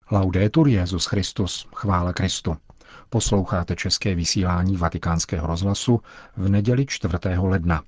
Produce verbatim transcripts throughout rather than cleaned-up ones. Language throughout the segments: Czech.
Laudetur Jesus Christus, chvála Kristu. Posloucháte české vysílání Vatikánského rozhlasu v neděli čtvrtého ledna.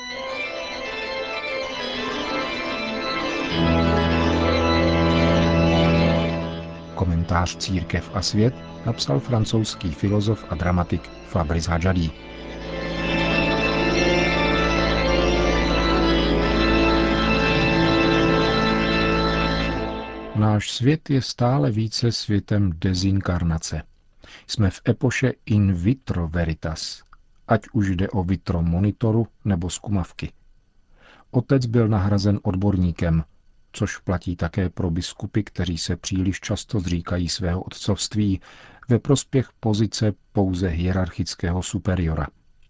Komentář Církev a svět napsal francouzský filozof a dramatik Fabrice Hadžadí. Náš svět je stále více světem dezinkarnace. Jsme v epoše in vitro veritas, ať už jde o vitro monitoru nebo zkumavky. Otec byl nahrazen odborníkem, což platí také pro biskupy, kteří se příliš často zříkají svého otcovství ve prospěch pozice pouze hierarchického superiora.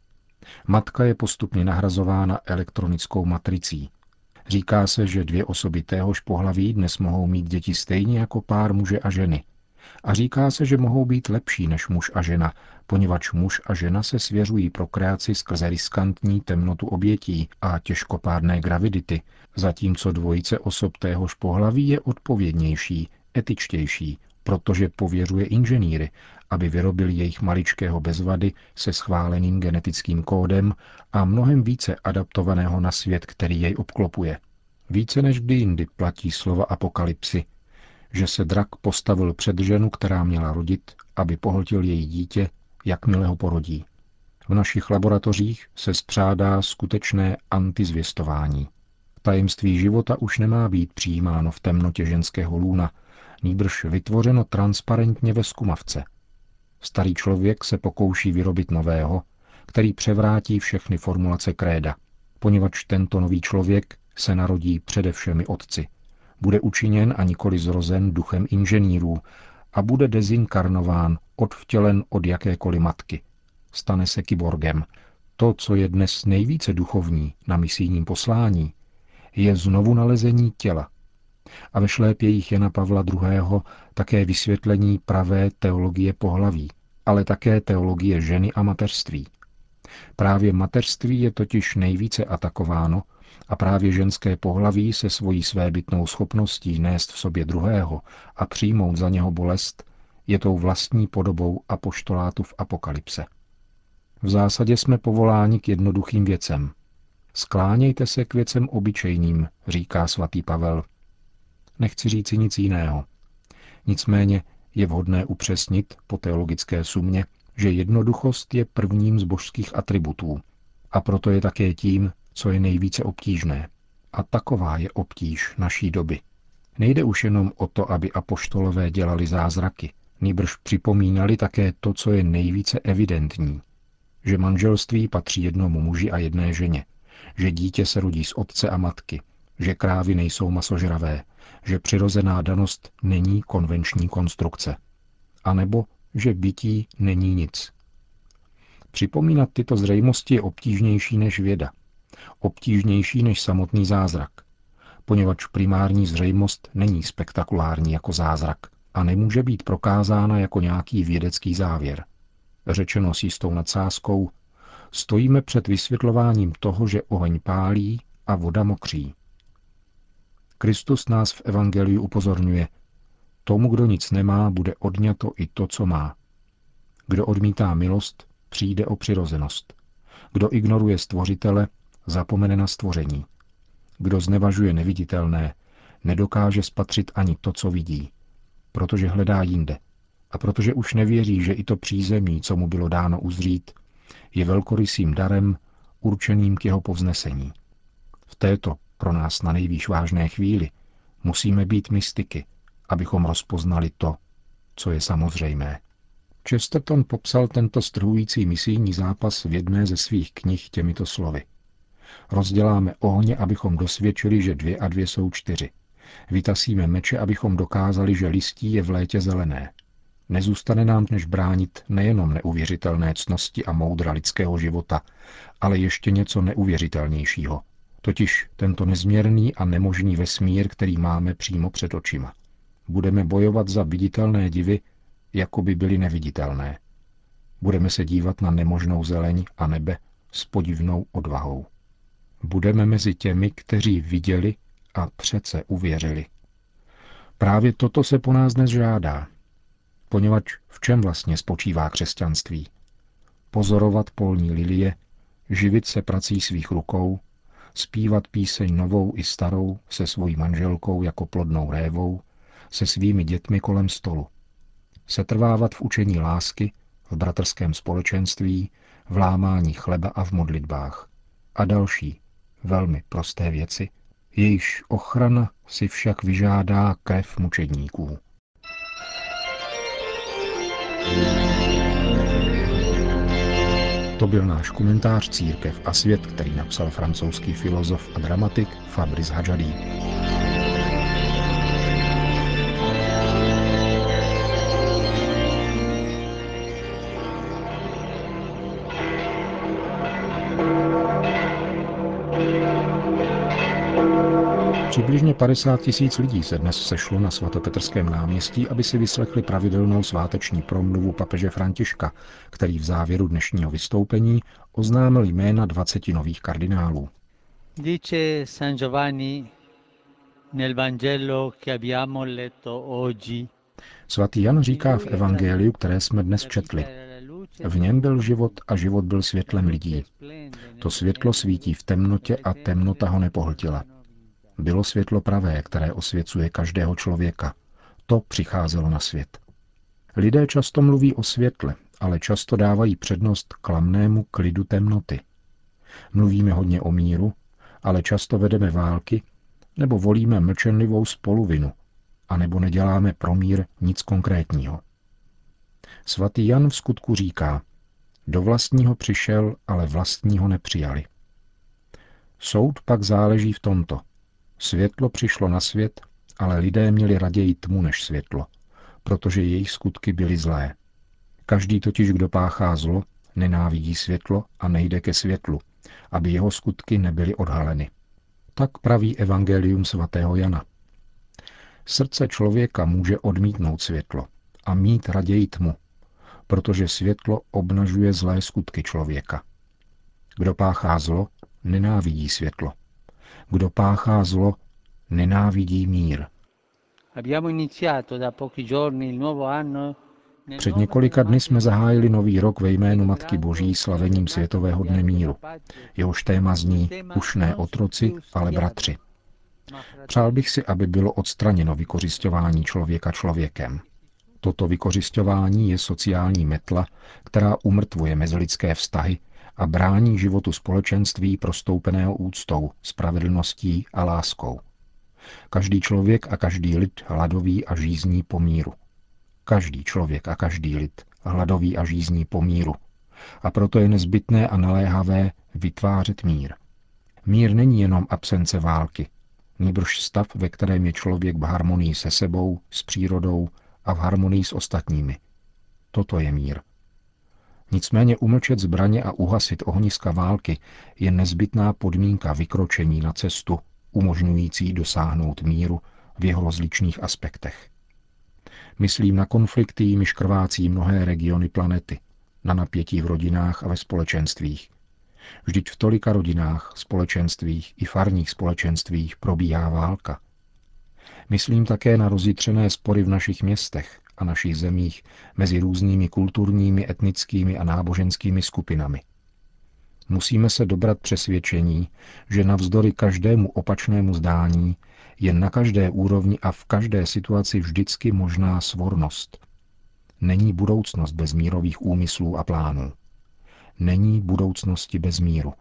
Matka je postupně nahrazována elektronickou matricí. Říká se, že dvě osoby téhož pohlaví dnes mohou mít děti stejně jako pár muže a ženy. A říká se, že mohou být lepší než muž a žena, poněvadž muž a žena se svěřují prokreaci skrze riskantní temnotu obětí a těžkopádné gravidity, zatímco dvojice osob téhož pohlaví je odpovědnější, etičtější, protože pověřuje inženýry, aby vyrobili jejich maličkého bez vady se schváleným genetickým kódem a mnohem více adaptovaného na svět, který jej obklopuje. Více než kdy jindy platí slova apokalypsy, že se drak postavil před ženu, která měla rodit, aby pohltil její dítě, jakmile ho porodí. V našich laboratořích se spřádá skutečné antizvěstování. Tajemství života už nemá být přijímáno v temnotě ženského lůna, nýbrž vytvořeno transparentně ve zkumavce. Starý člověk se pokouší vyrobit nového, který převrátí všechny formulace kréda, poněvadž tento nový člověk se narodí přede všemi otci. Bude učiněn a nikoli zrozen duchem inženýrů a bude dezinkarnován, odvtělen od jakékoli matky. Stane se kyborgem. To, co je dnes nejvíce duchovní na misijním poslání, je znovu nalezení těla. A ve šlépějích Jana Pavla druhého. také vysvětlení pravé teologie pohlaví, ale také teologie ženy a mateřství. Právě mateřství je totiž nejvíce atakováno a právě ženské pohlaví se svojí svébytnou schopností nést v sobě druhého a přijmout za něho bolest je tou vlastní podobou apoštolátu v apokalypse. V zásadě jsme povoláni k jednoduchým věcem. Sklánějte se k věcem obyčejným, říká svatý Pavel. Nechci říci nic jiného. Nicméně je vhodné upřesnit po teologické sumě, že jednoduchost je prvním z božských atributů a proto je také tím, co je nejvíce obtížné. A taková je obtíž naší doby. Nejde už jenom o to, aby apoštolové dělali zázraky, nýbrž připomínali také to, co je nejvíce evidentní. Že manželství patří jednomu muži a jedné ženě, že dítě se rodí z otce a matky, že krávy nejsou masožravé, že přirozená danost není konvenční konstrukce. A nebo, že bytí není nic. Připomínat tyto zřejmosti je obtížnější než věda. Obtížnější než samotný zázrak. Poněvadž primární zřejmost není spektakulární jako zázrak a nemůže být prokázána jako nějaký vědecký závěr. Řečeno s jistou nadsázkou, stojíme před vysvětlováním toho, že oheň pálí a voda mokří. Kristus nás v evangeliu upozorňuje, tomu, kdo nic nemá, bude odňato i to, co má. Kdo odmítá milost, přijde o přirozenost. Kdo ignoruje stvořitele, zapomene na stvoření. Kdo znevažuje neviditelné, nedokáže spatřit ani to, co vidí, protože hledá jinde a protože už nevěří, že i to přízemí, co mu bylo dáno uzřít, je velkorysým darem určeným k jeho povznesení. V této pro nás na nejvýš vážné chvíli musíme být mystiky, abychom rozpoznali to, co je samozřejmé. Chesterton popsal tento strhující misijní zápas v jedné ze svých knih těmito slovy. Rozděláme ohně, abychom dosvědčili, že dvě a dvě jsou čtyři. Vytasíme meče, abychom dokázali, že listí je v létě zelené. Nezůstane nám než bránit nejenom neuvěřitelné ctnosti a moudra lidského života, ale ještě něco neuvěřitelnějšího. Totiž tento nezměrný a nemožný vesmír, který máme přímo před očima. Budeme bojovat za viditelné divy, jako by byly neviditelné. Budeme se dívat na nemožnou zeleň a nebe s podivnou odvahou. Budeme mezi těmi, kteří viděli a přece uvěřili. Právě toto se po nás dnes žádá. Poněvadž v čem vlastně spočívá křesťanství? Pozorovat polní lilie, živit se prací svých rukou, zpívat píseň novou i starou se svojí manželkou jako plodnou révou, se svými dětmi kolem stolu. Setrvávat v učení lásky, v bratrském společenství, v lámání chleba a v modlitbách. A další, velmi prosté věci, jejichž ochrana si však vyžádá krev mučedníků. To byl náš komentář Církev a svět, který napsal francouzský filozof a dramatik Fabrice Hadžadí. Přibližně padesát tisíc lidí se dnes sešlo na svatopetrském náměstí, aby si vyslechli pravidelnou sváteční promluvu papeže Františka, který v závěru dnešního vystoupení oznámil jména dvaceti nových kardinálů. Dice San Giovanni nel Vangelo che abbiamo letto oggi. Svatý Jan říká v evangeliu, které jsme dnes četli. V něm byl život a život byl světlem lidí. To světlo svítí v temnotě a temnota ho nepohltila. Bylo světlo pravé, které osvěcuje každého člověka. To přicházelo na svět. Lidé často mluví o světle, ale často dávají přednost klamnému klidu temnoty. Mluvíme hodně o míru, ale často vedeme války, nebo volíme mlčenlivou spoluvinu, anebo neděláme pro mír nic konkrétního. Svatý Jan v skutku říká, do vlastního přišel, ale vlastního nepřijali. Soud pak záleží v tomto. Světlo přišlo na svět, ale lidé měli raději tmu než světlo, protože jejich skutky byly zlé. Každý totiž, kdo páchá zlo, nenávidí světlo a nejde ke světlu, aby jeho skutky nebyly odhaleny. Tak praví evangelium svatého Jana. Srdce člověka může odmítnout světlo a mít raději tmu, protože světlo obnažuje zlé skutky člověka. Kdo páchá zlo, nenávidí světlo. Kdo páchá zlo, nenávidí mír. Před několika dny jsme zahájili nový rok ve jménu Matky Boží slavením Světového dne míru. Jehož téma zní už ne otroci, ale bratři. Přál bych si, aby bylo odstraněno vykořisťování člověka člověkem. Toto vykořisťování je sociální metla, která umrtvuje mezilidské vztahy a brání životu společenství prostoupeného úctou, spravedlností a láskou. Každý člověk a každý lid hladoví a žízní po míru. Každý člověk a každý lid hladoví a žízní po míru. A proto je nezbytné a naléhavé vytvářet mír. Mír není jenom absence války, nýbrž stav, ve kterém je člověk v harmonii se sebou, s přírodou a v harmonii s ostatními. Toto je mír. Nicméně umlčet zbraně a uhasit ohniska války je nezbytná podmínka vykročení na cestu, umožňující dosáhnout míru v jeho rozličných aspektech. Myslím na konflikty, jimiž krvácí mnohé regiony planety, na napětí v rodinách a ve společenstvích. Vždyť v tolika rodinách, společenstvích i farních společenstvích probíhá válka. Myslím také na rozjitřené spory v našich městech a našich zemích mezi různými kulturními, etnickými a náboženskými skupinami. Musíme se dobrat přesvědčení, že navzdory každému opačnému zdání je na každé úrovni a v každé situaci vždycky možná svornost. Není budoucnost bez mírových úmyslů a plánů. Není budoucnosti bez míru.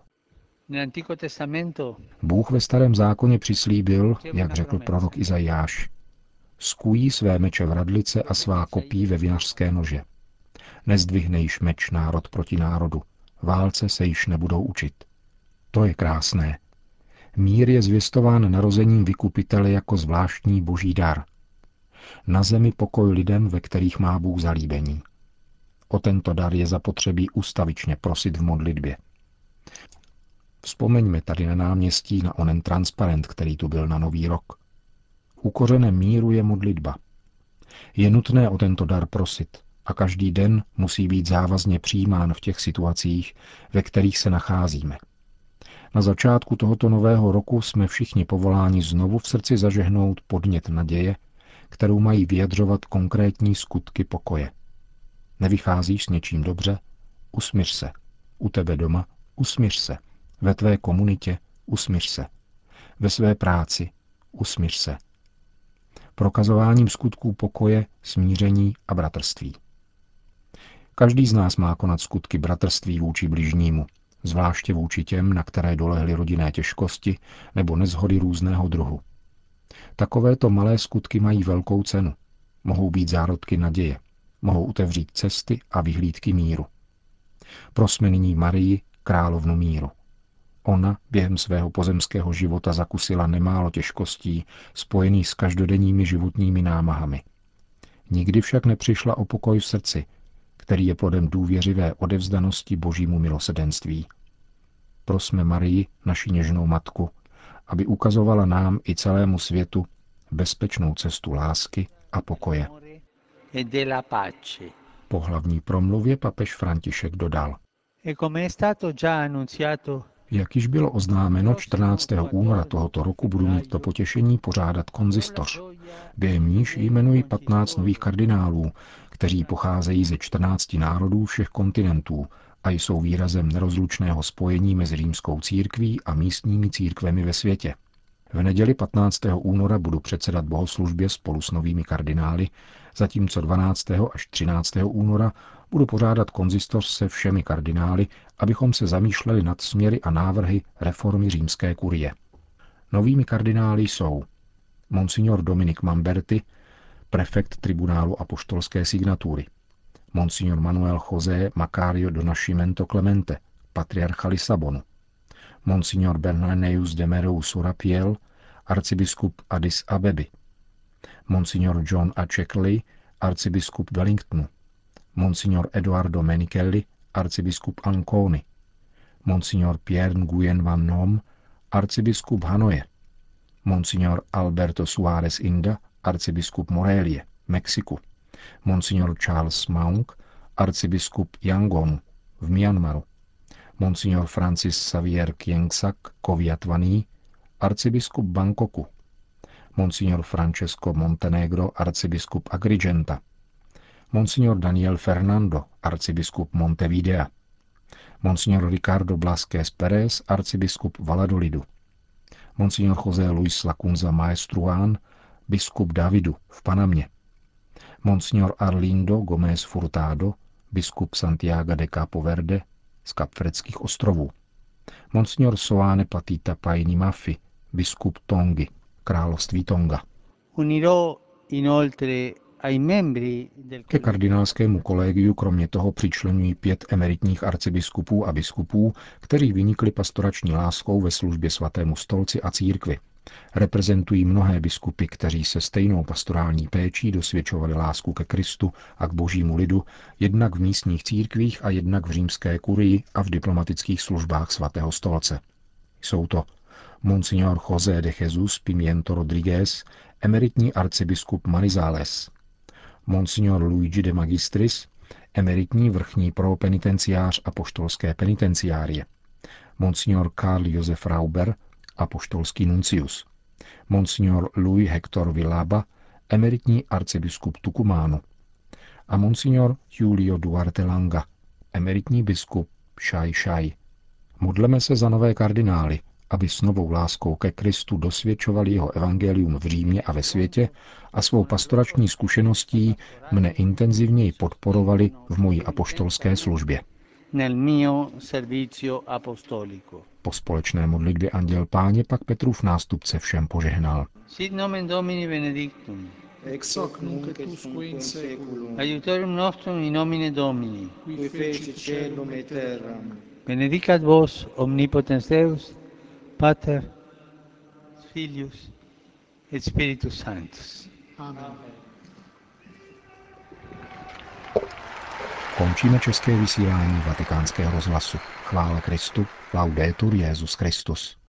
Bůh ve Starém zákoně přislíbil, jak řekl prorok Izajáš, skují své meče v radlice a svá kopí ve vinařské nože. Nezdvihne již meč národ proti národu, válce se již nebudou učit. To je krásné. Mír je zvěstován narozením vykupitele jako zvláštní boží dar. Na zemi pokoj lidem, ve kterých má Bůh zalíbení. O tento dar je zapotřebí ustavičně prosit v modlitbě. Vzpomeňme tady na náměstí na onen transparent, který tu byl na Nový rok. U kořene míru je modlitba. Je nutné o tento dar prosit a každý den musí být závazně přijímán v těch situacích, ve kterých se nacházíme. Na začátku tohoto nového roku jsme všichni povoláni znovu v srdci zažehnout podnět naděje, kterou mají vyjadřovat konkrétní skutky pokoje. Nevycházíš s něčím dobře? Usmiř se. U tebe doma? Usmiř se. Ve tvé komunitě? Usmiř se. Ve své práci? Usmiř se. Prokazováním skutků pokoje, smíření a bratrství. Každý z nás má konat skutky bratrství vůči bližnímu, zvláště vůči těm, na které dolehly rodinné těžkosti nebo neshody různého druhu. Takovéto malé skutky mají velkou cenu. Mohou být zárodky naděje. Mohou otevřít cesty a vyhlídky míru. Prosme nyní Marii, královnu míru. Ona během svého pozemského života zakusila nemálo těžkostí spojených s každodenními životními námahami. Nikdy však nepřišla o pokoj v srdci, který je plodem důvěřivé odevzdanosti Božímu milosrdenství. Prosme Marii, naši něžnou matku, aby ukazovala nám i celému světu bezpečnou cestu lásky a pokoje. Po hlavní promluvě papež František dodal: Jak již bylo oznámeno, čtrnáctého února tohoto roku budu mít to potěšení pořádat konzistoř. Během níž jmenuji patnáct nových kardinálů, kteří pocházejí ze čtrnácti národů všech kontinentů a jsou výrazem nerozlučného spojení mezi římskou církví a místními církvemi ve světě. V neděli patnáctého února budu předsedat bohoslužbě spolu s novými kardinály, zatímco dvanáctého až třináctého února budu pořádat konzistoř se všemi kardinály, abychom se zamýšleli nad směry a návrhy reformy římské kurie. Novými kardinály jsou Monsignor Dominik Mamberti, prefekt tribunálu apoštolské signatury, Monsignor Manuel José Macario do Nascimento Clemente, patriarcha Lisabonu, Monsignor Bernaneus de Merou Surapiel, arcibiskup Addis Abeby, Monsignor John A. Checkley, arcibiskup Wellingtonu, Monsignor Eduardo Menichelli, arcibiskup Ancony, Monsignor Pierre Nguyen Van Nom, arcibiskup Hanoje, Monsignor Alberto Suárez Inda, arcibiskup Morelie, Mexiku, Monsignor Charles Maung, arcibiskup Yangonu v Myanmaru, Monsignor Francis Xavier Kiengsak Koviatvaný, arcibiskup Bangkoku, Monsignor Francesco Montenegro, arcibiskup Agrigenta, Monsignor Daniel Fernando, arcibiskup Montevidea, Monsignor Ricardo Blasquez Pérez, arcibiskup Valladolidu, Monsignor José Luis Lacunza Maestruán, biskup Davidu v Panamě, Monsignor Arlindo Gómez Furtado, biskup Santiago de Capo Verde z Kapverdských ostrovů, Monsignor Soane Patita Paini Mafi, biskup Tongy, království Tonga. Ke kardinálskému kolegiu kromě toho přičlenují pět emeritních arcibiskupů a biskupů, kteří vynikli pastorační láskou ve službě svatému stolci a církvi. Reprezentují mnohé biskupy, kteří se stejnou pastorální péčí dosvědčovali lásku ke Kristu a k božímu lidu, jednak v místních církvích a jednak v římské kurii a v diplomatických službách svatého stolce. Jsou to Monsignor José de Jesus Pimiento Rodríguez, emeritní arcibiskup Manizales, Monsignor Luigi de Magistris, emeritní vrchní propenitenciář apoštolské penitenciárie, Monsignor Karl Josef Rauber, apoštolský nuncius, Monsignor Louis Hector Villalba, emeritní arcibiskup Tucumánu a Monsignor Julio Duarte Langa, emeritní biskup Šaj Šaj. Modleme se za nové kardinály, aby s novou láskou ke Kristu dosvědčovali jeho evangelium v Římě a ve světě a svou pastorační zkušeností mne intenzivněji podporovali v mojí apoštolské službě. Po společné modlitbě Anděl Páně pak Petrův nástupce všem požehnal. Sit nomen Domini benedictum. Ex hoc nunc et usque in seculum. Aiutorium nostrum in nomine Domini. Qui fecit caelum et terram. Benedicat vos omnipotens Deus, Pater, Filius et Spiritus Sanctus. Amen. Končíme české vysílání Vatikánského rozhlasu. Chvála Kristu, laudetur Jesus Christus.